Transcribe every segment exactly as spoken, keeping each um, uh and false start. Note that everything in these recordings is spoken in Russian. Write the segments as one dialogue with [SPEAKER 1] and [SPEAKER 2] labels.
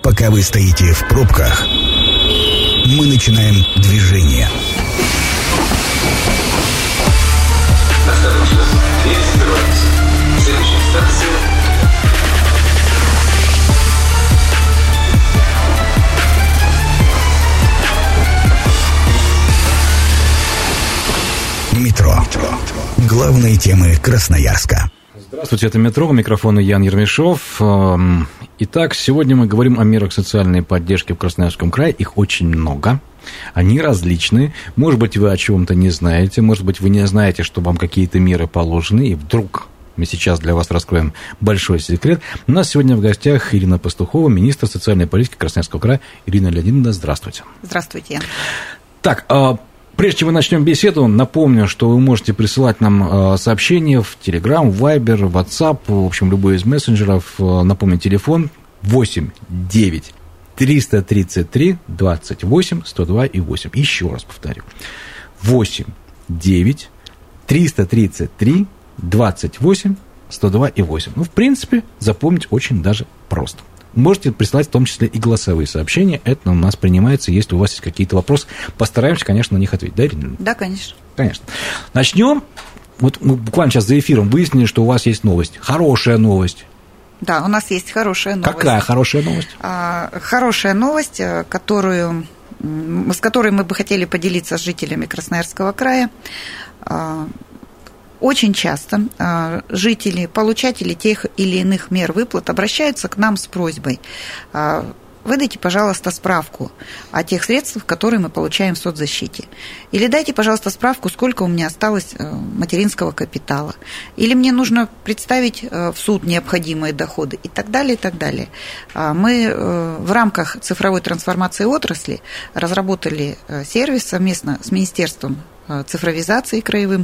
[SPEAKER 1] Пока вы стоите в пробках, мы начинаем движение.
[SPEAKER 2] Осторожно, дверь закрывается. Следующая станция.
[SPEAKER 1] Метро. Главные темы Красноярска.
[SPEAKER 3] Здравствуйте, это «Метро», у микрофона Ян Ермешов. Итак, сегодня мы говорим о мерах социальной поддержки в Красноярском крае. Их очень много, они различные. Может быть, вы о чем-то не знаете, может быть, вы не знаете, что вам какие-то меры положены, и вдруг мы сейчас для вас раскроем большой секрет. У нас сегодня в гостях Ирина Пастухова, министр социальной политики Красноярского края. Ирина Леонидовна, здравствуйте.
[SPEAKER 4] Здравствуйте, Ян.
[SPEAKER 3] Так, прежде чем мы начнем беседу, напомню, что вы можете присылать нам сообщения в Telegram, в Viber, в WhatsApp, в общем, любой из мессенджеров. Напомню, телефон восемь девять триста тридцать три двадцать восемь сто два и восемь. Еще раз повторю. восемь девять триста тридцать три двадцать восемь сто два и восемь. Ну, в принципе, запомнить очень даже просто. Можете присылать в том числе и голосовые сообщения. Это у нас принимается, если у вас есть какие-то вопросы. Постараемся, конечно, на них ответить. Да, Ирина?
[SPEAKER 4] Да, конечно.
[SPEAKER 3] Конечно. Начнем. Вот мы буквально сейчас за эфиром выяснили, что у вас есть новость. Хорошая новость.
[SPEAKER 4] Да, у нас есть хорошая новость.
[SPEAKER 3] Какая хорошая новость?
[SPEAKER 4] А, хорошая новость, которую, с которой мы бы хотели поделиться с жителями Красноярского края. Очень часто жители, получатели тех или иных мер выплат обращаются к нам с просьбой: выдайте, пожалуйста, справку о тех средствах, которые мы получаем в соцзащите. Или дайте, пожалуйста, справку, сколько у меня осталось материнского капитала. Или мне нужно представить в суд необходимые доходы и так далее, и так далее. Мы в рамках цифровой трансформации отрасли разработали сервис совместно с Министерством цифровизации краевым.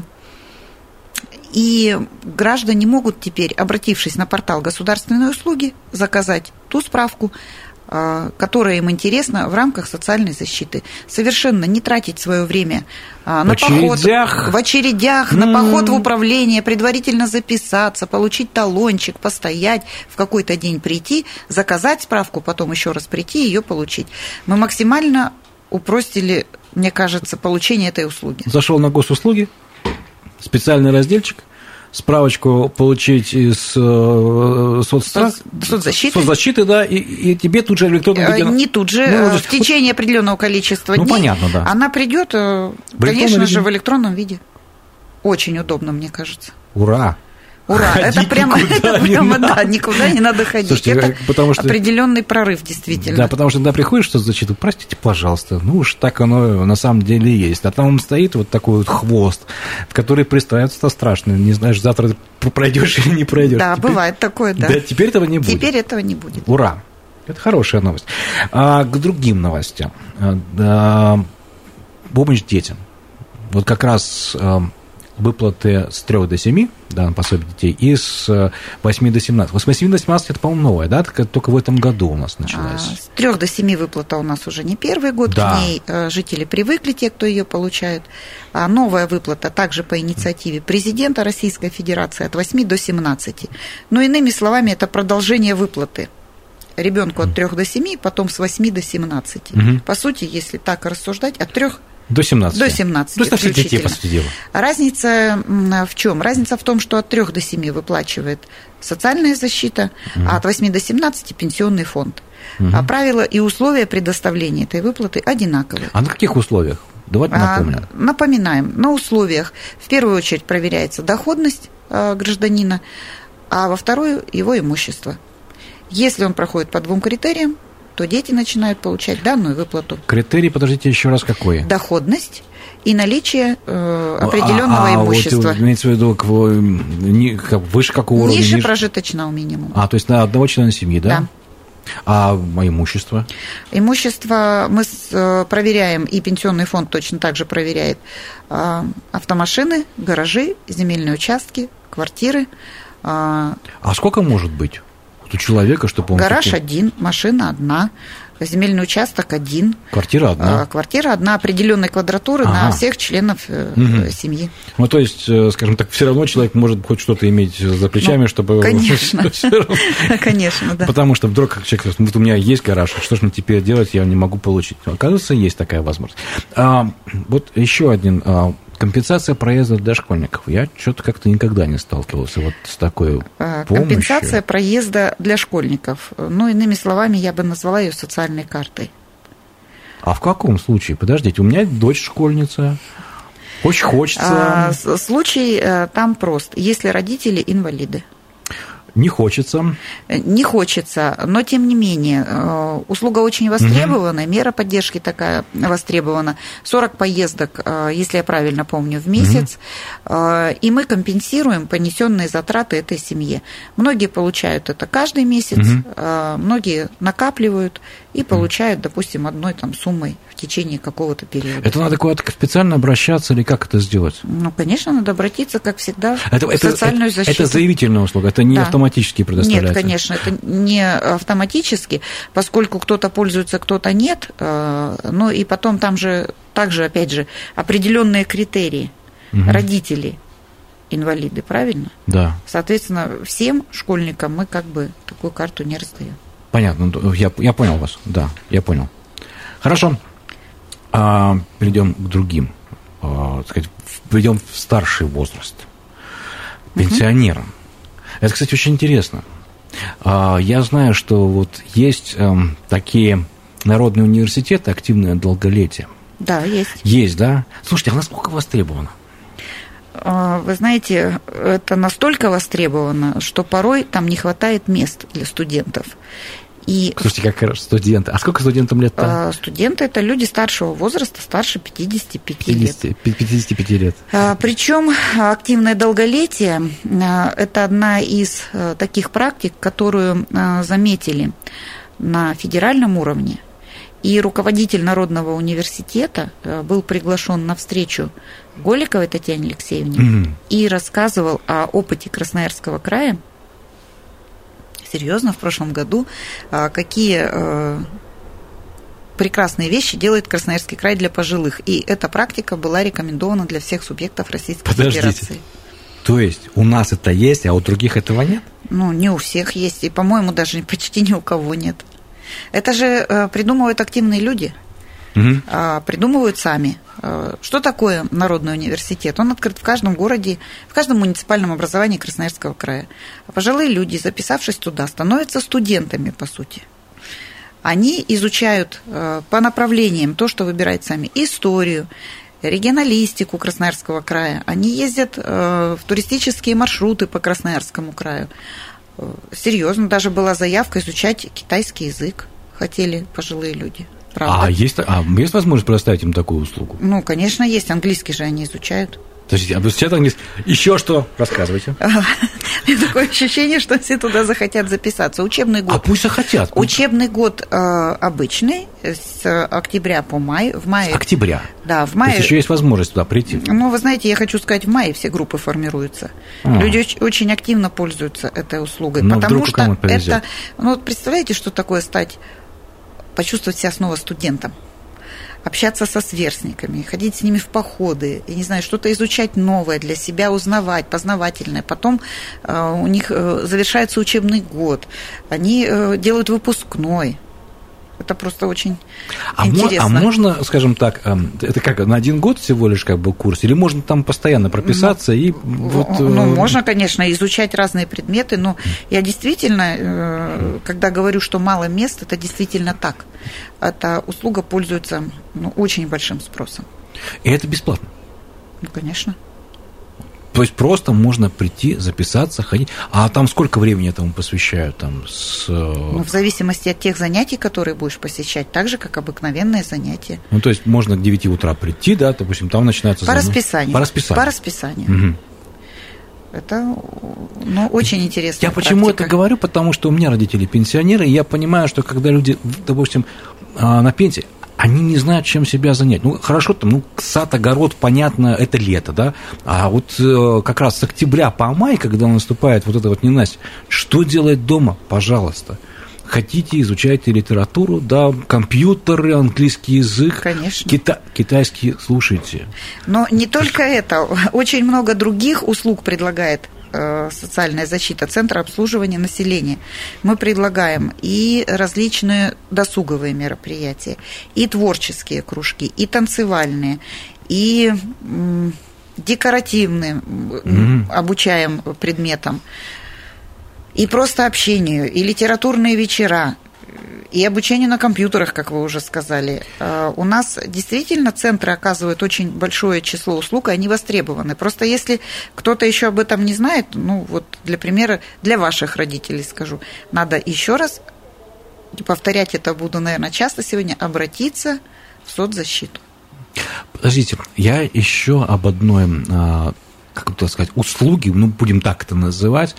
[SPEAKER 4] И граждане могут теперь, обратившись на портал государственной услуги, заказать ту справку, которая им интересна в рамках социальной защиты. Совершенно не тратить свое время на
[SPEAKER 3] в
[SPEAKER 4] поход
[SPEAKER 3] очередях.
[SPEAKER 4] в очередях, на поход в управление, предварительно записаться, получить талончик, постоять, в какой-то день прийти, заказать справку, потом еще раз прийти и ее получить. Мы максимально упростили, мне кажется, получение этой услуги.
[SPEAKER 3] Зашел на госуслуги, специальный разделчик, справочку получить из э, соцстрах,
[SPEAKER 4] соцзащиты.
[SPEAKER 3] соцзащиты, да, и, и тебе тут же электронно видео.
[SPEAKER 4] Не тут же, ну, в течение определенного количества
[SPEAKER 3] ну,
[SPEAKER 4] дней
[SPEAKER 3] понятно, да.
[SPEAKER 4] Она придет, конечно же, в электронном виде. Очень удобно, мне кажется.
[SPEAKER 3] Ура!
[SPEAKER 4] Ура!
[SPEAKER 3] Ходить
[SPEAKER 4] это прямо, это прямо да, никуда не надо ходить.
[SPEAKER 3] Слушайте,
[SPEAKER 4] это
[SPEAKER 3] потому что,
[SPEAKER 4] определенный прорыв, действительно.
[SPEAKER 3] Да, потому что когда приходишь что-то зачитывать, простите, пожалуйста, ну уж так оно на самом деле есть. А там стоит вот такой вот хвост, в который пристраиваться страшно. Не знаешь, завтра пройдешь или не пройдешь.
[SPEAKER 4] Да,
[SPEAKER 3] теперь,
[SPEAKER 4] бывает такое, да.
[SPEAKER 3] Да, теперь этого не будет.
[SPEAKER 4] Теперь этого не будет.
[SPEAKER 3] Ура! Это хорошая новость. А к другим новостям. А, помощь детям. Вот как раз выплаты с трёх до семи, да, на пособие детей, и с восьми до семнадцати. С восьми до семнадцати это, по-моему, новое, да, только в этом году у нас началось.
[SPEAKER 4] А, с трёх до семи выплата у нас уже не первый год, да. К ней жители привыкли, те, кто ее получают. А новая выплата также по инициативе президента Российской Федерации от восьми до семнадцати. Но иными словами, это продолжение выплаты ребенку от трёх до семи, потом с восьми до семнадцати. Угу. По сути, если так рассуждать, от трёх
[SPEAKER 3] до семнадцати.
[SPEAKER 4] До семнадцати.
[SPEAKER 3] До всех детей, по сути дела.
[SPEAKER 4] Разница в чем? Разница в том, что от трёх до семи выплачивает социальная защита, угу. а от восьми до семнадцати пенсионный фонд. Угу. А правила и условия предоставления этой выплаты одинаковые.
[SPEAKER 3] А на каких условиях? Давайте напомним.
[SPEAKER 4] А, напоминаем. На условиях в первую очередь проверяется доходность гражданина, а во вторую его имущество. Если он проходит по двум критериям, то дети начинают получать данную выплату.
[SPEAKER 3] Критерий, подождите, еще раз какой?
[SPEAKER 4] Доходность и наличие э, определенного
[SPEAKER 3] а,
[SPEAKER 4] имущества.
[SPEAKER 3] А вот имеется в виду к, не, как, выше какого уровня?
[SPEAKER 4] Ниже прожиточного минимума.
[SPEAKER 3] А, то есть на одного члена семьи, да?
[SPEAKER 4] Да.
[SPEAKER 3] А имущество?
[SPEAKER 4] Имущество мы проверяем, и пенсионный фонд точно так же проверяет автомашины, гаражи, земельные участки, квартиры.
[SPEAKER 3] А сколько может быть? Вот у человека, чтобы он...
[SPEAKER 4] Гараж
[SPEAKER 3] такой...
[SPEAKER 4] один, машина одна, земельный участок один.
[SPEAKER 3] Квартира одна.
[SPEAKER 4] А, квартира одна, определенной квадратуры ага. на всех членов угу. семьи.
[SPEAKER 3] Ну, то есть, скажем так, все равно человек может хоть что-то иметь за плечами, ну, чтобы...
[SPEAKER 4] Конечно, конечно, да.
[SPEAKER 3] Потому что вдруг человек говорит, вот у меня есть гараж, что же мне теперь делать, я не могу получить. Оказывается, есть такая возможность. А, вот еще один... Компенсация проезда для школьников. Я что-то как-то никогда не сталкивался вот с такой помощью.
[SPEAKER 4] Компенсация проезда для школьников. Ну, иными словами, я бы назвала ее социальной картой.
[SPEAKER 3] А в каком случае? Подождите, у меня дочь школьница. Очень хочется.
[SPEAKER 4] А, случай там прост. Если родители инвалиды.
[SPEAKER 3] Не хочется.
[SPEAKER 4] Не хочется, но тем не менее, услуга очень востребована, угу. мера поддержки такая востребована. сорок поездок, если я правильно помню, в месяц, угу. и мы компенсируем понесенные затраты этой семье. Многие получают это каждый месяц, угу. многие накапливают и получают, допустим, одной там суммой в течение какого-то периода.
[SPEAKER 3] Это надо куда-то специально обращаться или как это сделать?
[SPEAKER 4] Ну, конечно, надо обратиться, как всегда,
[SPEAKER 3] это,
[SPEAKER 4] в социальную
[SPEAKER 3] это,
[SPEAKER 4] защиту.
[SPEAKER 3] Это заявительная услуга, это не
[SPEAKER 4] да.
[SPEAKER 3] автоматически предоставляется?
[SPEAKER 4] Нет, конечно, это не автоматически, поскольку кто-то пользуется, кто-то нет, ну и потом там же также, опять же, определенные критерии. Угу. Родители инвалиды, правильно?
[SPEAKER 3] Да.
[SPEAKER 4] Соответственно, всем школьникам мы как бы такую карту не раздаем.
[SPEAKER 3] Понятно, я, я понял вас, да, я понял. Хорошо, а, перейдем к другим, а, так сказать, перейдем в старший возраст, пенсионерам. Угу. Это, кстати, очень интересно. А, я знаю, что вот есть а, такие народные университеты, активное долголетие.
[SPEAKER 4] Да, есть.
[SPEAKER 3] Есть, да? Слушайте, а насколько востребовано?
[SPEAKER 4] Вы знаете, это настолько востребовано, что порой там не хватает мест для студентов. И...
[SPEAKER 3] Слушайте, как хорошо, студенты. А сколько студентам лет-то?
[SPEAKER 4] Студенты – это люди старшего возраста, старше пятидесяти пяти лет.
[SPEAKER 3] пятидесяти пяти лет.
[SPEAKER 4] Причем активное долголетие – это одна из таких практик, которую заметили на федеральном уровне. И руководитель Народного университета был приглашен на встречу Голиковой Татьяне Алексеевне mm-hmm. и рассказывал о опыте Красноярского края. Серьезно, в прошлом году, какие прекрасные вещи делает Красноярский край для пожилых. И эта практика была рекомендована для всех субъектов Российской
[SPEAKER 3] Подождите.
[SPEAKER 4] Федерации.
[SPEAKER 3] То есть у нас это есть, а у других этого нет? Ну,
[SPEAKER 4] не у всех есть, и, по-моему, даже почти ни у кого нет. Это же придумывают активные люди, угу. придумывают сами. Что такое Народный университет? Он открыт в каждом городе, в каждом муниципальном образовании Красноярского края. А пожилые люди, записавшись туда, становятся студентами, по сути. Они изучают по направлениям то, что выбирают сами, историю, регионалистику Красноярского края. Они ездят в туристические маршруты по Красноярскому краю. Серьезно, даже была заявка изучать китайский язык, хотели пожилые люди. Правда?
[SPEAKER 3] А есть, а есть возможность предоставить им такую услугу?
[SPEAKER 4] Ну, конечно, есть. Английский же они изучают.
[SPEAKER 3] Подождите, а изучают английский? Еще что? Рассказывайте.
[SPEAKER 4] У меня такое ощущение, что все туда захотят записаться. Учебный год.
[SPEAKER 3] А пусть захотят.
[SPEAKER 4] Учебный год э, обычный, с октября по май. В мае.
[SPEAKER 3] С октября?
[SPEAKER 4] Да, в мае.
[SPEAKER 3] То есть еще есть возможность туда прийти?
[SPEAKER 4] Ну, вы знаете, я хочу сказать, в мае все группы формируются. А. Люди очень, очень активно пользуются этой услугой.
[SPEAKER 3] Но
[SPEAKER 4] потому
[SPEAKER 3] вдруг
[SPEAKER 4] что это. Ну, вот представляете, что такое стать, почувствовать себя снова студентом? Общаться со сверстниками, ходить с ними в походы, я не знаю, что-то изучать новое для себя, узнавать, познавательное. Потом э, у них э, завершается учебный год, они э, делают выпускной. Это просто очень
[SPEAKER 3] а
[SPEAKER 4] интересно.
[SPEAKER 3] Мо- а можно, скажем так, это как, на один год всего лишь как бы курс, или можно там постоянно прописаться ну, и вот...
[SPEAKER 4] Ну, можно, конечно, изучать разные предметы, но я действительно, когда говорю, что мало мест, это действительно так. Эта услуга пользуется ну, очень большим спросом.
[SPEAKER 3] И это бесплатно?
[SPEAKER 4] Ну, конечно.
[SPEAKER 3] То есть просто можно прийти, записаться, ходить. А там сколько времени этому посвящают? Там, с...
[SPEAKER 4] ну, в зависимости от тех занятий, которые будешь посещать, так же, как обыкновенные занятия.
[SPEAKER 3] Ну, то есть можно к девяти утра прийти, да, допустим, там начинается...
[SPEAKER 4] По
[SPEAKER 3] занятие.
[SPEAKER 4] расписанию.
[SPEAKER 3] По расписанию.
[SPEAKER 4] По расписанию. Угу. Это ну, очень интересно.
[SPEAKER 3] Я почему
[SPEAKER 4] практика.
[SPEAKER 3] это говорю? Потому что у меня родители пенсионеры, и я понимаю, что когда люди, допустим, на пенсии, они не знают, чем себя занять. Ну, хорошо, там, ну, сад, огород, понятно, это лето, да, а вот э, как раз с октября по май, когда наступает вот это вот ненастье, что делать дома? Пожалуйста. Хотите, изучайте литературу, да, компьютеры, английский язык.
[SPEAKER 4] Конечно.
[SPEAKER 3] Кита- китайский слушайте.
[SPEAKER 4] Но не только это, очень много других услуг предлагает социальная защита, Центр обслуживания населения. Мы предлагаем и различные досуговые мероприятия, и творческие кружки, и танцевальные, и декоративные, mm-hmm. обучаем предметам, и просто общению, и литературные вечера, и обучению на компьютерах, как вы уже сказали. У нас действительно центры оказывают очень большое число услуг, и они востребованы. Просто если кто-то еще об этом не знает, ну вот для примера, для ваших родителей скажу, надо еще раз, повторять это буду, наверное, часто сегодня, обратиться в соцзащиту.
[SPEAKER 3] Подождите, я еще об одной, как это сказать, услуге, ну будем так это называть,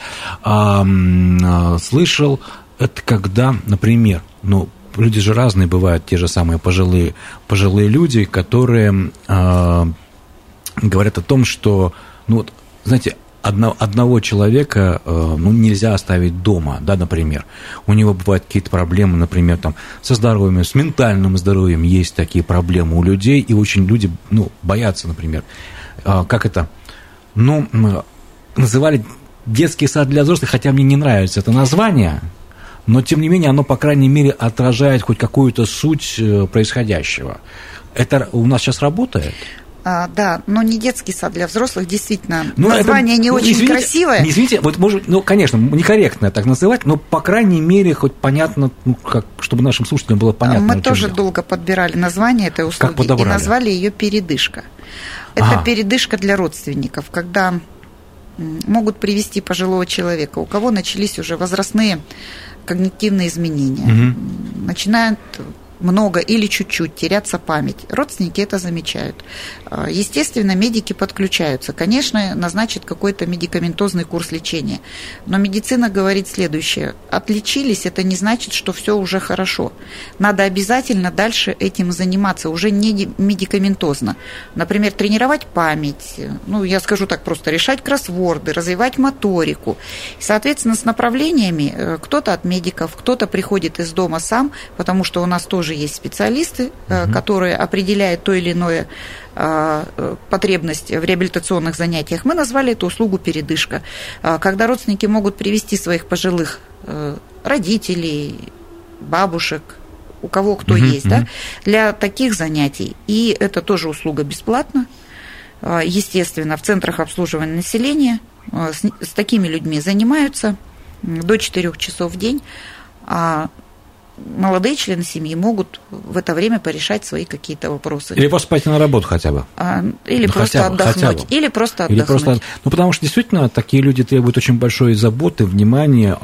[SPEAKER 3] слышал. Это когда, например, ну, люди же разные бывают, те же самые пожилые, пожилые люди, которые э, говорят о том, что, ну, вот, знаете, одно, одного человека э, ну, нельзя оставить дома, да, например. У него бывают какие-то проблемы, например, там, со здоровьем, с ментальным здоровьем есть такие проблемы у людей, и очень люди, ну, боятся, например. Э, как это? Ну, называли детский сад для взрослых, хотя мне не нравится это название, но, тем не менее, оно, по крайней мере, отражает хоть какую-то суть происходящего. Это у нас сейчас работает?
[SPEAKER 4] А, да, но не детский сад для взрослых, действительно. Ну, название это, не ну, очень извините, красивое.
[SPEAKER 3] Извините, вот, может, ну, конечно, некорректно так называть, но, по крайней мере, хоть понятно, ну, как, чтобы нашим слушателям было понятно.
[SPEAKER 4] Мы тоже дело. долго подбирали название этой услуги и назвали ее «Передышка». Это ага. передышка для родственников, когда могут привести пожилого человека, у кого начались уже возрастные когнитивные изменения, угу. начинают много или чуть-чуть теряться память. Родственники это замечают. Естественно, медики подключаются. Конечно, назначат какой-то медикаментозный курс лечения. Но медицина говорит следующее. Отлечились, это не значит, что все уже хорошо. Надо обязательно дальше этим заниматься, уже не медикаментозно. Например, тренировать память, ну, я скажу так просто, решать кроссворды, развивать моторику. Соответственно, с направлениями кто-то от медиков, кто-то приходит из дома сам, потому что у нас тоже есть специалисты, угу. которые определяют то или иное потребность в реабилитационных занятиях. Мы назвали эту услугу «Передышка», когда родственники могут привести своих пожилых родителей, бабушек, у кого кто угу, есть, угу. да, для таких занятий. И это тоже услуга бесплатна. Естественно, в центрах обслуживания населения с, с такими людьми занимаются до четырёх часов в день, а молодые члены семьи могут в это время порешать свои какие-то вопросы.
[SPEAKER 3] Или просто пойти на работу хотя бы.
[SPEAKER 4] Или ну, просто хотя бы, отдохнуть. Хотя бы. Или просто отдохнуть. Или просто...
[SPEAKER 3] Ну, потому что действительно такие люди требуют очень большой заботы, внимания,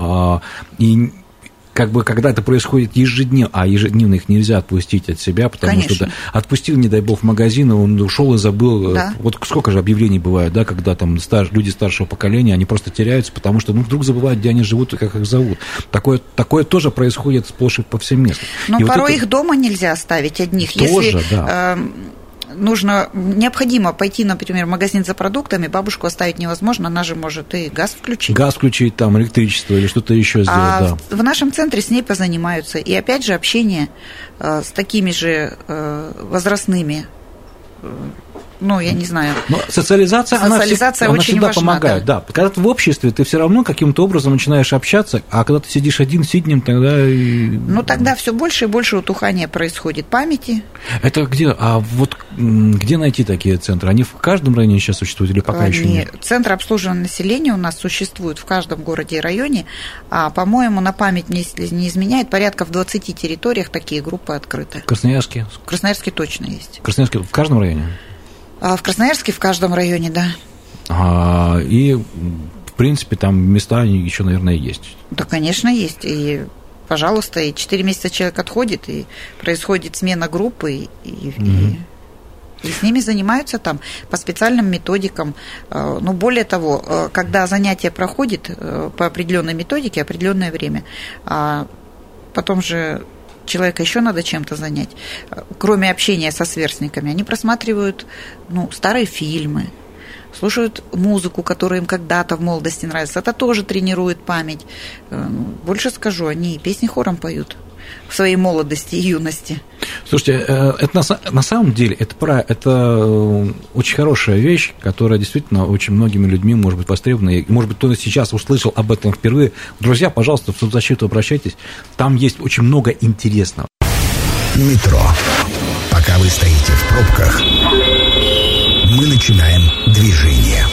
[SPEAKER 3] и как бы когда это происходит ежедневно, а ежедневно их нельзя отпустить от себя, потому Конечно. что отпустил, не дай бог, в магазин, он ушел и забыл. Да. Вот сколько же объявлений бывает, да, когда там стар, люди старшего поколения, они просто теряются, потому что ну, вдруг забывают, где они живут и как их зовут. Такое, такое тоже происходит сплошь и повсеместно.
[SPEAKER 4] Но
[SPEAKER 3] и
[SPEAKER 4] порой
[SPEAKER 3] вот это...
[SPEAKER 4] их дома нельзя оставить одних.
[SPEAKER 3] Тоже,
[SPEAKER 4] Если,
[SPEAKER 3] да.
[SPEAKER 4] э, нужно, необходимо пойти, например, в магазин за продуктами, бабушку оставить невозможно, она же может и газ включить.
[SPEAKER 3] Газ включить, там, электричество или что-то еще сделать,
[SPEAKER 4] а
[SPEAKER 3] да.
[SPEAKER 4] В, в нашем центре с ней позанимаются. И опять же общение э, с такими же э, возрастными, э, ну, я не знаю. Но
[SPEAKER 3] социализация,
[SPEAKER 4] социализация
[SPEAKER 3] она,
[SPEAKER 4] очень
[SPEAKER 3] всегда
[SPEAKER 4] важна,
[SPEAKER 3] помогает, да. да. Когда ты в обществе, ты все равно каким-то образом начинаешь общаться, а когда ты сидишь один, сиднем, тогда... И...
[SPEAKER 4] Ну, тогда все больше и больше утухания происходит памяти.
[SPEAKER 3] Это где? А вот где найти такие центры? Они в каждом районе сейчас существуют или пока
[SPEAKER 4] Они...
[SPEAKER 3] еще нет?
[SPEAKER 4] Центр обслуживания населения у нас существует в каждом городе и районе, а, по-моему, на память, если не изменяет, порядка в двадцати территориях такие группы открыты.
[SPEAKER 3] В Красноярске?
[SPEAKER 4] В Красноярске точно есть.
[SPEAKER 3] В Красноярске в каждом районе?
[SPEAKER 4] В Красноярске в каждом районе, да.
[SPEAKER 3] А, и, в принципе, там места еще, наверное, есть.
[SPEAKER 4] Да, конечно, есть. И, пожалуйста, и четыре месяца человек отходит, и происходит смена группы, и, mm-hmm. и, и с ними занимаются там по специальным методикам. Но более того, когда занятие проходит по определенной методике, определенное время, потом же человека еще надо чем-то занять, кроме общения со сверстниками, они просматривают, ну, старые фильмы, слушают музыку, которая им когда-то в молодости нравится. Это тоже тренирует память. Больше скажу, они песни хором поют в своей молодости и юности.
[SPEAKER 3] Слушайте, это на, на самом деле это, про, это очень хорошая вещь, которая действительно очень многими людьми может быть востребована. И, может быть, кто-то сейчас услышал об этом впервые. Друзья, пожалуйста, в соцзащиту обращайтесь. Там есть очень много интересного.
[SPEAKER 1] Метро. Пока вы стоите в пробках, мы начинаем движение.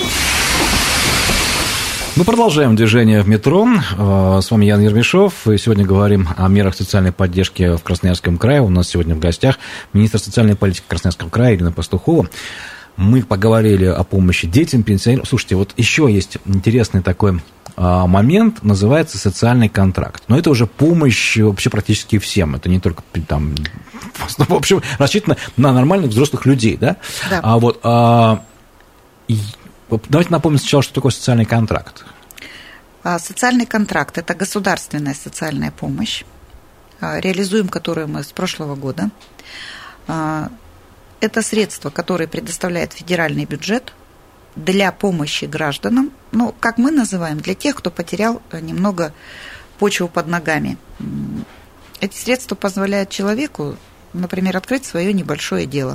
[SPEAKER 3] Мы продолжаем движение в метро. С вами Ян Ермешов. И сегодня говорим о мерах социальной поддержки в Красноярском крае. У нас сегодня в гостях министр социальной политики Красноярского края Ирина Пастухова. Мы поговорили о помощи детям, пенсионерам. Слушайте, вот еще есть интересный такой момент, называется социальный контракт. Но это уже помощь вообще практически всем. Это не только там, в общем, рассчитано на нормальных взрослых людей, да?
[SPEAKER 4] Да.
[SPEAKER 3] А вот а, давайте напомним сначала, что такое социальный контракт.
[SPEAKER 4] Социальный контракт – это государственная социальная помощь, реализуем которую мы с прошлого года. Это средства, которые предоставляет федеральный бюджет для помощи гражданам, ну, как мы называем, для тех, кто потерял немного почву под ногами. Эти средства позволяют человеку, например, открыть свое небольшое дело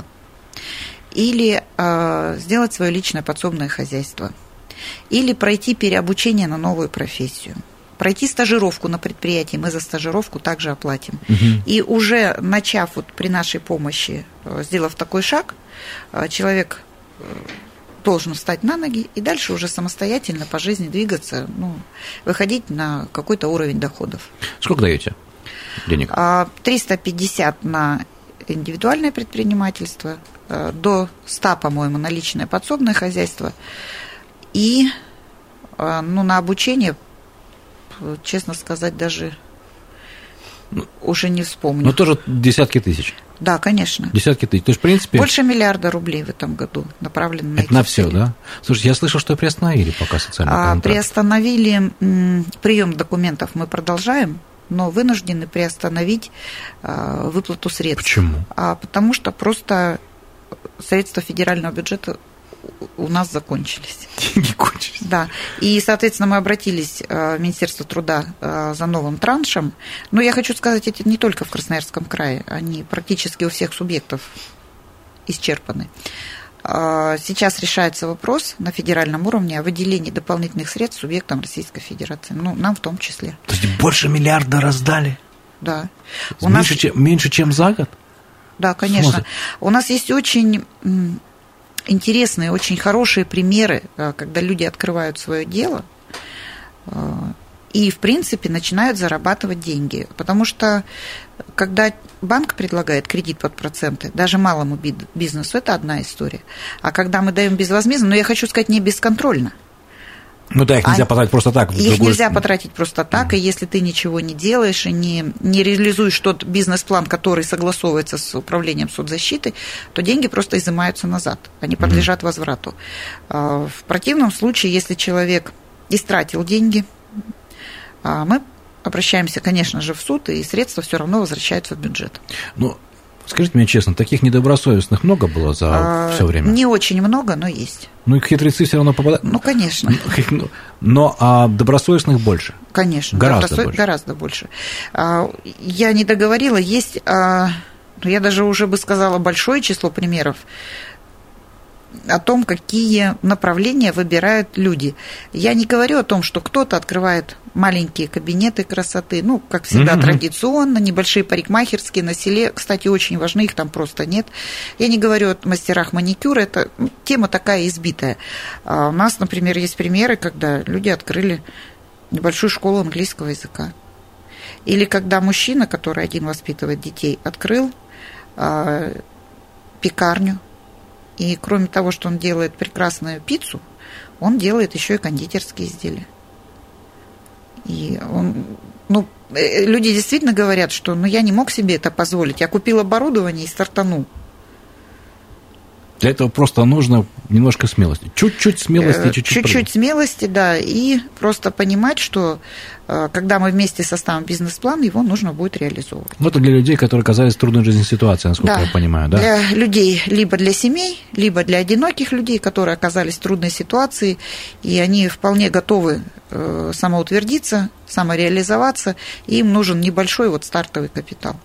[SPEAKER 4] или э, сделать свое личное подсобное хозяйство, или пройти переобучение на новую профессию, пройти стажировку на предприятии, мы за стажировку также оплатим. Угу. И уже начав вот при нашей помощи, сделав такой шаг, человек должен встать на ноги и дальше уже самостоятельно по жизни двигаться, ну, выходить на какой-то уровень доходов.
[SPEAKER 3] Сколько даете денег?
[SPEAKER 4] триста пятьдесят на индивидуальное предпринимательство, до ста, по-моему, на личное подсобное хозяйство и, ну, на обучение, честно сказать, даже уже не вспомню.
[SPEAKER 3] Ну, тоже десятки тысяч.
[SPEAKER 4] Да, конечно.
[SPEAKER 3] Десятки тысяч. То есть, в принципе...
[SPEAKER 4] Больше миллиарда рублей в этом году направлено на
[SPEAKER 3] это на все, да? Слушайте, я слышал, что приостановили пока социальный контракт.
[SPEAKER 4] Приостановили прием документов, мы продолжаем, но вынуждены приостановить выплату средств.
[SPEAKER 3] Почему?
[SPEAKER 4] Потому что просто средства федерального бюджета у нас закончились.
[SPEAKER 3] Деньги кончились.
[SPEAKER 4] Да. И, соответственно, мы обратились в Министерство труда за новым траншем. Но я хочу сказать, это не только в Красноярском крае, они практически у всех субъектов исчерпаны. Сейчас решается вопрос на федеральном уровне о выделении дополнительных средств субъектам Российской Федерации. Ну, нам в том числе.
[SPEAKER 3] То есть больше миллиарда раздали?
[SPEAKER 4] Да.
[SPEAKER 3] У меньше, нас... чем, меньше, чем за год?
[SPEAKER 4] Да, конечно. У нас есть очень интересные, очень хорошие примеры, когда люди открывают свое дело и, в принципе, начинают зарабатывать деньги. Потому что, когда банк предлагает кредит под проценты, даже малому бизнесу, это одна история. А когда мы даем безвозмездно, но я хочу сказать, не бесконтрольно.
[SPEAKER 3] Ну да, их нельзя а потратить просто так.
[SPEAKER 4] Их другой... нельзя потратить просто так, и если ты ничего не делаешь и не, не реализуешь тот бизнес-план, который согласовывается с управлением соцзащиты, то деньги просто изымаются назад, они подлежат mm-hmm. возврату. В противном случае, если человек истратил деньги, мы обращаемся, конечно же, в суд, и средства все равно возвращаются в бюджет.
[SPEAKER 3] Ну, скажите мне честно, таких недобросовестных много было за а, все время?
[SPEAKER 4] Не очень много, но есть.
[SPEAKER 3] Ну, и хитрецы все равно попадают?
[SPEAKER 4] Ну, конечно.
[SPEAKER 3] Но, но а добросовестных больше?
[SPEAKER 4] Конечно.
[SPEAKER 3] Гораздо
[SPEAKER 4] добросов...
[SPEAKER 3] больше?
[SPEAKER 4] Гораздо больше. Я не договорила, есть, я даже уже бы сказала, большое число примеров о том, какие направления выбирают люди. Я не говорю о том, что кто-то открывает маленькие кабинеты красоты, ну, как всегда, mm-hmm. традиционно, небольшие парикмахерские на селе, кстати, очень важны, их там просто нет. Я не говорю о мастерах маникюра, это тема такая избитая. А у нас, например, есть примеры, когда люди открыли небольшую школу английского языка. Или когда мужчина, который один воспитывает детей, открыл а, пекарню. И кроме того, что он делает прекрасную пиццу, он делает еще и кондитерские изделия. И он, ну, люди действительно говорят, что ну, я не мог себе это позволить. Я купил оборудование и стартанул.
[SPEAKER 3] Для этого просто нужно немножко смелости. Чуть-чуть смелости. Чуть-чуть,
[SPEAKER 4] чуть-чуть смелости, да, и просто понимать, что когда мы вместе составим бизнес-план, его нужно будет реализовывать.
[SPEAKER 3] Ну, это для людей, которые оказались в трудной жизненной ситуации, насколько
[SPEAKER 4] да,
[SPEAKER 3] я понимаю, да?
[SPEAKER 4] Для людей, либо для семей, либо для одиноких людей, которые оказались в трудной ситуации, и они вполне готовы самоутвердиться, самореализоваться, и им нужен небольшой вот стартовый капитал.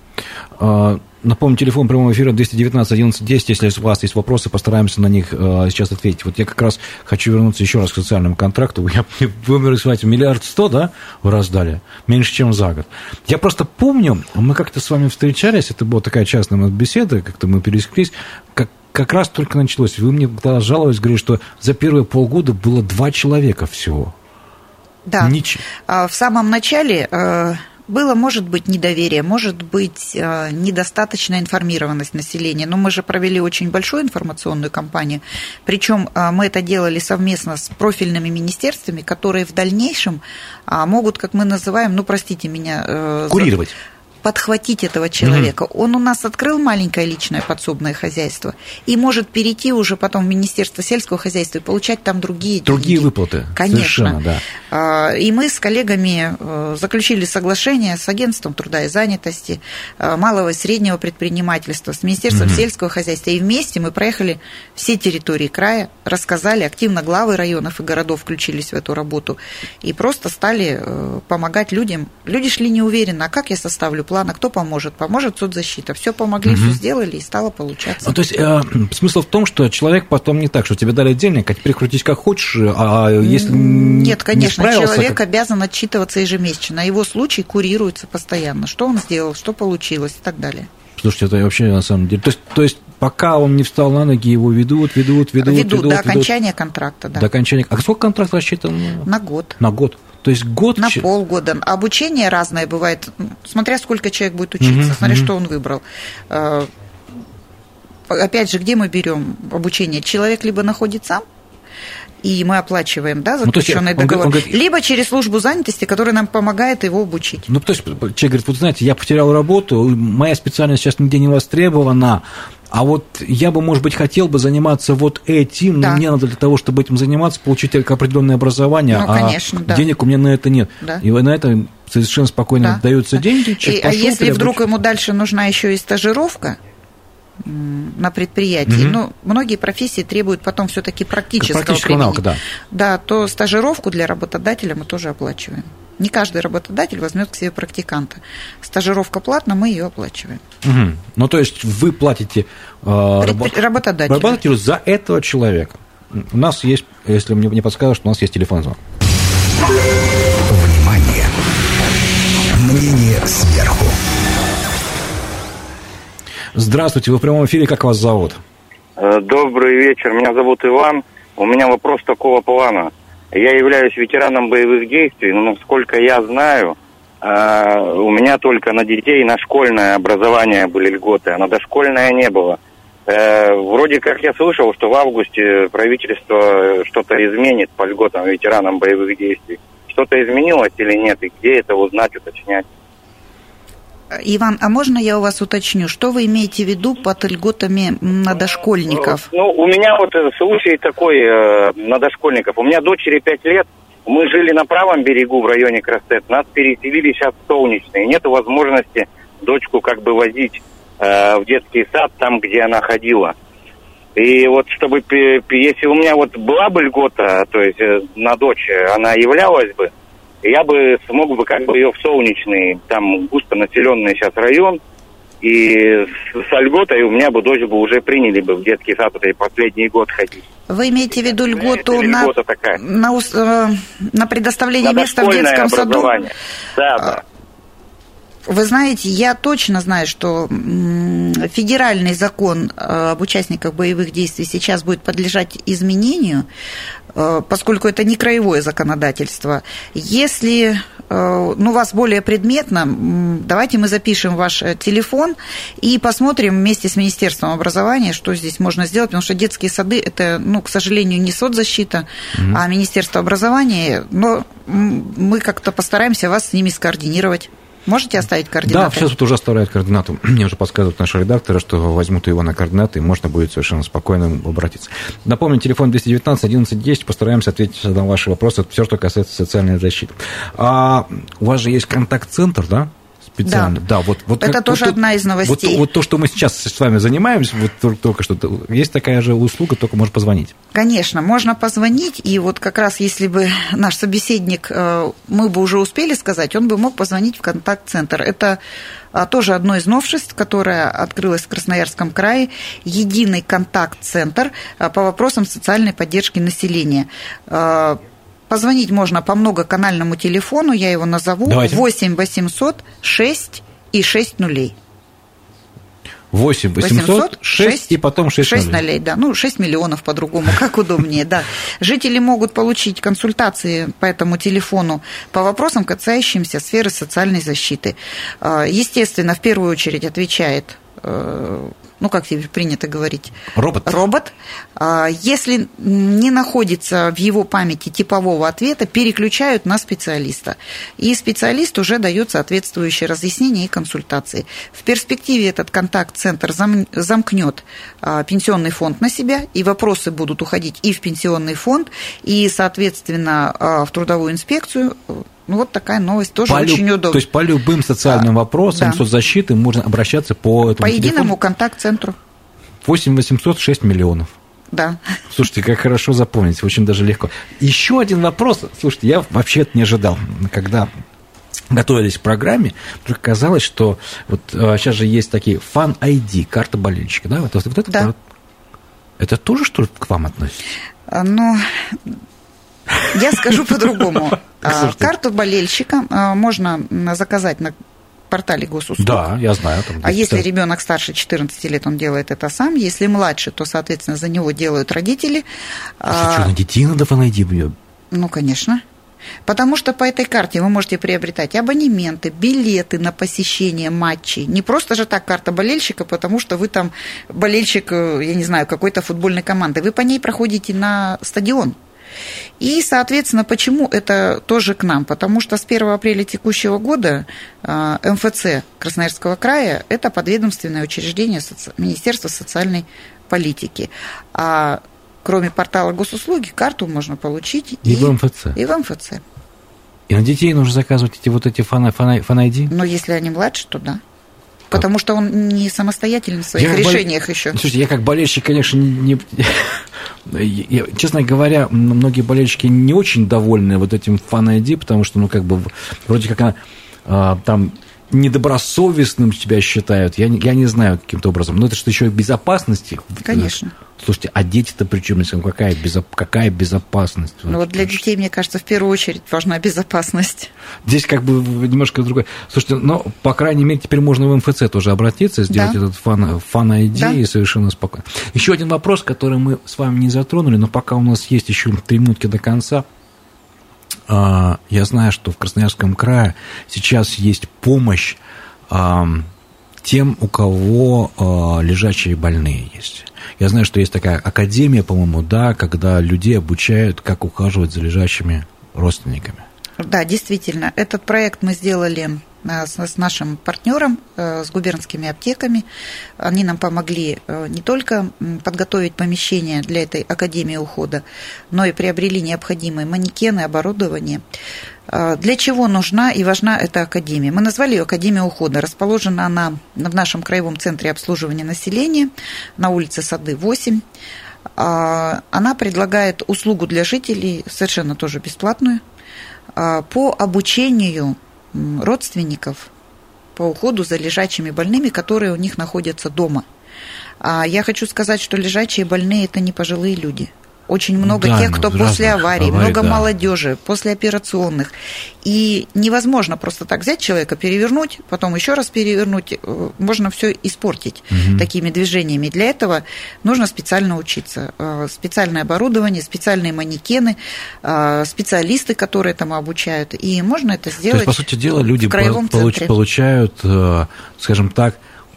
[SPEAKER 3] Напомню, телефон прямого эфира двести девятнадцать одиннадцать десять. Если у вас есть вопросы, постараемся на них сейчас ответить. Вот я как раз хочу вернуться еще раз к социальному контракту. Я, вы мне говорите, миллиард сто, да, вы раздали? Меньше, чем за год. Я просто помню, мы как-то с вами встречались, это была такая частная беседа, как-то мы пересеклись, как, как раз только началось. Вы мне тогда жаловались, говорили, что за первые полгода было два человека всего.
[SPEAKER 4] Да,
[SPEAKER 3] Нич...
[SPEAKER 4] в самом начале... Было, может быть, недоверие, может быть, недостаточная информированность населения, но мы же провели очень большую информационную кампанию, причем мы это делали совместно с профильными министерствами, которые в дальнейшем могут, как мы называем, ну, простите меня...
[SPEAKER 3] Курировать.
[SPEAKER 4] Подхватить этого человека. Mm-hmm. Он у нас открыл маленькое личное подсобное хозяйство и может перейти уже потом в Министерство сельского хозяйства и получать там другие деньги.
[SPEAKER 3] Другие выплаты.
[SPEAKER 4] Конечно.
[SPEAKER 3] Да.
[SPEAKER 4] И мы с коллегами заключили соглашение с Агентством труда и занятости, малого и среднего предпринимательства, с Министерством mm-hmm. сельского хозяйства. И вместе мы проехали все территории края, рассказали, активно главы районов и городов включились в эту работу и просто стали помогать людям. Люди шли неуверенно, а как я составлю плана, кто поможет? Поможет соцзащита. Все помогли, угу. все сделали, и стало получаться.
[SPEAKER 3] Ну, то есть э, смысл в том, что человек потом не так, что тебе дали денег, а теперь крутись как хочешь, а если
[SPEAKER 4] Нет, конечно,
[SPEAKER 3] не
[SPEAKER 4] человек
[SPEAKER 3] как...
[SPEAKER 4] обязан отчитываться ежемесячно. На его случай курируется постоянно. Что он сделал, что получилось и так далее.
[SPEAKER 3] Слушайте, это вообще на самом деле... То есть, то есть пока он не встал на ноги, его ведут, ведут, ведут,
[SPEAKER 4] ведут.
[SPEAKER 3] ведут
[SPEAKER 4] До окончания ведут. контракта, да.
[SPEAKER 3] До окончания... А сколько контракт рассчитан?
[SPEAKER 4] На год.
[SPEAKER 3] На год. То есть год...
[SPEAKER 4] На полгода. Обучение разное бывает, смотря сколько человек будет учиться, uh-huh, смотря uh-huh. что он выбрал. Опять же, где мы берем обучение? Человек либо находит сам, и мы оплачиваем, да, заключенный ну, договор, он, он говорит, либо через службу занятости, которая нам помогает его обучить.
[SPEAKER 3] Ну, то есть человек говорит, вот знаете, я потерял работу, моя специальность сейчас нигде не востребована, а вот я бы, может быть, хотел бы заниматься вот этим, да. но мне надо для того, чтобы этим заниматься, получить только определенное образование, ну, конечно, а да. денег у меня на это нет. Да. И на это совершенно спокойно да. даются да. деньги.
[SPEAKER 4] И, пошел, а если вдруг ему дальше нужна еще и стажировка на предприятии, угу. ну, многие профессии требуют потом все-таки практического применения. Навыка, да. да, то стажировку для работодателя мы тоже оплачиваем. Не каждый работодатель возьмет к себе практиканта. Стажировка платна, мы ее оплачиваем.
[SPEAKER 3] Угу. Ну, то есть вы платите э,
[SPEAKER 4] Предпри... работодателю.
[SPEAKER 3] работодателю за этого человека. У нас есть, если мне не подсказывают, что у нас есть телефонный звонок.
[SPEAKER 1] Внимание! Мнение сверху.
[SPEAKER 3] Здравствуйте, вы в прямом эфире, как вас зовут?
[SPEAKER 5] Добрый вечер, меня зовут Иван. У меня вопрос такого плана. Я являюсь ветераном боевых действий, но, насколько я знаю, у меня только на детей, на школьное образование были льготы, а на дошкольное не было. Вроде как я слышал, что в августе правительство что-то изменит по льготам ветеранам боевых действий. Что-то изменилось или нет, и где это узнать, уточнять?
[SPEAKER 4] Иван, а можно я у вас уточню, что вы имеете в виду под льготами на дошкольников?
[SPEAKER 5] Ну, у меня вот случай такой э, на дошкольников. У меня дочери пять лет, мы жили на правом берегу в районе Крастет, нас переселили сейчас в Солнечный. Нет возможности дочку как бы возить э, в детский сад, там, где она ходила. И вот чтобы, если у меня вот была бы льгота, то есть э, на дочь она являлась бы, я бы смог бы как бы ее в Солнечный, там густонаселенный сейчас район, и с, с льготой у меня бы дочь бы уже приняли бы в детский сад, это и последний год ходить.
[SPEAKER 4] Вы имеете в виду льготу на, на, на предоставление на места в детском саду?
[SPEAKER 5] Да, да.
[SPEAKER 4] Вы знаете, я точно знаю, что федеральный закон об участниках боевых действий сейчас будет подлежать изменению, поскольку это не краевое законодательство. Если ну, вас более предметно, давайте мы запишем ваш телефон и посмотрим вместе с Министерством образования, что здесь можно сделать, потому что детские сады – это, ну, к сожалению, не соцзащита, mm-hmm. а Министерство образования, но мы как-то постараемся вас с ними скоординировать. Можете оставить координаты?
[SPEAKER 3] Да, сейчас вот уже оставляют координату. Мне уже подсказывают наши редакторы, что возьмут его на координаты, и можно будет совершенно спокойно обратиться. Напомню, телефон двести девятнадцать одиннадцать десять, постараемся ответить на ваши вопросы. Это все, что касается социальной защиты. А у вас же есть контакт-центр, да? Специально. Да. Да, вот, вот
[SPEAKER 4] это
[SPEAKER 3] как,
[SPEAKER 4] тоже
[SPEAKER 3] вот,
[SPEAKER 4] одна из новостей.
[SPEAKER 3] Вот, вот то, что мы сейчас с вами занимаемся, вот только что, есть такая же услуга, только можно позвонить.
[SPEAKER 4] Конечно, можно позвонить, и вот как раз если бы наш собеседник, мы бы уже успели сказать, он бы мог позвонить в контакт-центр. Это тоже одно из новшеств, которое открылось в Красноярском крае, единый контакт-центр по вопросам социальной поддержки населения. Позвонить можно по многоканальному телефону, я его назову,
[SPEAKER 3] Давайте.
[SPEAKER 4] восемь восемьсот шесть и шесть нулей.
[SPEAKER 3] восемь восемьсот шесть и потом шесть нулей.
[SPEAKER 4] шесть нулей, да, ну шесть миллионов по-другому, как удобнее, да. Жители могут получить консультации по этому телефону по вопросам, касающимся сферы социальной защиты. Естественно, в первую очередь отвечает, ну, как теперь принято говорить?
[SPEAKER 3] Робот.
[SPEAKER 4] Робот. Если не находится в его памяти типового ответа, переключают на специалиста. И специалист уже дает соответствующие разъяснения и консультации. В перспективе этот контакт-центр замкнет пенсионный фонд на себя, и вопросы будут уходить и в пенсионный фонд, и, соответственно, в трудовую инспекцию. Ну, вот такая новость, тоже
[SPEAKER 3] по
[SPEAKER 4] очень
[SPEAKER 3] люб...
[SPEAKER 4] удобно.
[SPEAKER 3] То есть по любым социальным вопросам
[SPEAKER 4] да.
[SPEAKER 3] соцзащиты можно обращаться по этому
[SPEAKER 4] По
[SPEAKER 3] телефону?
[SPEAKER 4] единому контакт-центру.
[SPEAKER 3] восемь восемьсот шесть миллионов.
[SPEAKER 4] Да.
[SPEAKER 3] Слушайте, как хорошо запомнить, очень даже легко. Еще один вопрос. Слушайте, я вообще это не ожидал, когда готовились к программе, только казалось, что вот а, сейчас же есть такие Fan ай ди, карта болельщика, да? Вот, вот это,
[SPEAKER 4] да.
[SPEAKER 3] Это тоже, что ли, к вам относится?
[SPEAKER 4] Ну, я скажу по-другому. Карту болельщика можно заказать на портале госуслуг.
[SPEAKER 3] Да, я знаю. Там,
[SPEAKER 4] а если ребенок старше четырнадцати лет, он делает это сам. Если младше, то, соответственно, за него делают родители.
[SPEAKER 3] А что, на детей надо Fan ай ди?
[SPEAKER 4] Ну, конечно. Потому что по этой карте вы можете приобретать абонементы, билеты на посещение матчей. Не просто же так карта болельщика, потому что вы там болельщик, я не знаю, какой-то футбольной команды. Вы по ней проходите на стадион. И, соответственно, почему это тоже к нам? Потому что с первого апреля текущего года эм эф цэ Красноярского края – это подведомственное учреждение Министерства социальной политики. А кроме портала госуслуги, карту можно получить
[SPEAKER 3] и,
[SPEAKER 4] и,
[SPEAKER 3] в эм эф цэ.
[SPEAKER 4] и в эм эф цэ. И
[SPEAKER 3] на детей нужно заказывать эти вот эти Fan ай ди?
[SPEAKER 4] Но если они младше, то да. Потому что он не самостоятельный в своих я решениях бол... еще.
[SPEAKER 3] Слушайте, я как болельщик, конечно, не... я, честно говоря, многие болельщики не очень довольны вот этим Fan ай ди, потому что, ну, как бы, вроде как она а, там недобросовестным тебя считают. Я, я не знаю, каким-то образом. Но это что, еще и безопасности?
[SPEAKER 4] Конечно.
[SPEAKER 3] Слушайте, а дети-то при чем? Какая, безоп... какая безопасность?
[SPEAKER 4] Ну, вот для детей, мне кажется, в первую очередь важна безопасность.
[SPEAKER 3] Здесь как бы немножко другое. Слушайте, но, по крайней мере, теперь можно в эм эф цэ тоже обратиться, сделать да. этот Fan ай ди да. и совершенно спокойно. Еще один вопрос, который мы с вами не затронули, но пока у нас есть еще три минутки до конца. Я знаю, что в Красноярском крае сейчас есть помощь тем, у кого лежачие больные есть. Я знаю, что есть такая академия, по-моему, да, когда людей обучают, как ухаживать за лежащими родственниками. Да,
[SPEAKER 4] действительно. Этот проект мы сделали с нашим партнером, с губернскими аптеками. Они нам помогли не только подготовить помещение для этой академии ухода, но и приобрели необходимые манекены, оборудование. Для чего нужна и важна эта академия? Мы назвали ее Академия ухода. Расположена она в нашем краевом центре обслуживания населения на улице Сады, восемь. Она предлагает услугу для жителей, совершенно тоже бесплатную, по обучению родственников по уходу за лежачими больными, которые у них находятся дома. Я хочу сказать, что лежачие больные – это не пожилые люди. Очень много да, тех, кто ну, после аварии, аварий, много да. молодежи, послеоперационных. И невозможно просто так взять человека, перевернуть, потом еще раз перевернуть. Можно все испортить угу. такими движениями. Для этого нужно специально учиться. Специальное оборудование, специальные манекены, специалисты, которые этому обучают. И можно это сделать.
[SPEAKER 3] То есть, по сути дела, люди
[SPEAKER 4] в краевом
[SPEAKER 3] получ,
[SPEAKER 4] центре.
[SPEAKER 3] получают, скажем так,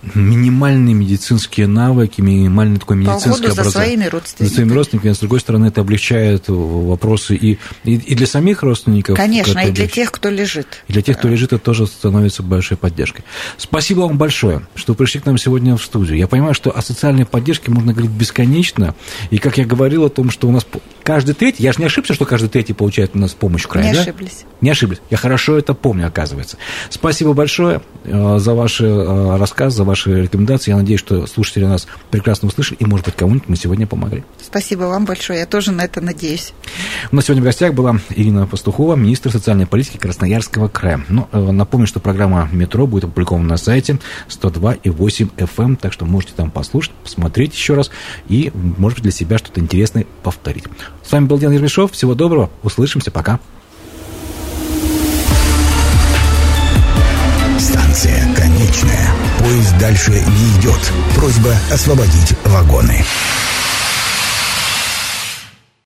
[SPEAKER 3] минимальные медицинские навыки, минимальный такой медицинский образование.
[SPEAKER 4] за своими родственниками.
[SPEAKER 3] За своими родственниками, а с другой стороны, это облегчает вопросы и, и, и для самих родственников.
[SPEAKER 4] Конечно, и для тех, кто лежит.
[SPEAKER 3] И для тех, кто лежит, это тоже становится большой поддержкой. Спасибо вам большое, что пришли к нам сегодня в студию. Я понимаю, что о социальной поддержке можно говорить бесконечно, и как я говорил о том, что у нас каждый третий, я же не ошибся, что каждый третий получает у нас помощь в крае,
[SPEAKER 4] не
[SPEAKER 3] да?
[SPEAKER 4] ошиблись.
[SPEAKER 3] Не ошиблись. Я хорошо это помню, оказывается. Спасибо большое за ваш рассказ, за ваши рекомендации. Я надеюсь, что слушатели нас прекрасно услышали, и, может быть, кому-нибудь мы сегодня помогли.
[SPEAKER 4] Спасибо вам большое. Я тоже на это надеюсь.
[SPEAKER 3] У нас сегодня в гостях была Ирина Пастухова, министр социальной политики Красноярского края. Ну, напомню, что программа «Метро» будет опубликована на сайте сто два и восемь эф эм, так что можете там послушать, посмотреть еще раз и, может быть, для себя что-то интересное повторить. С вами был Диан Ермешов. Всего доброго. Услышимся. Пока.
[SPEAKER 1] Станция конечная. Поезд дальше не идет. Просьба освободить вагоны.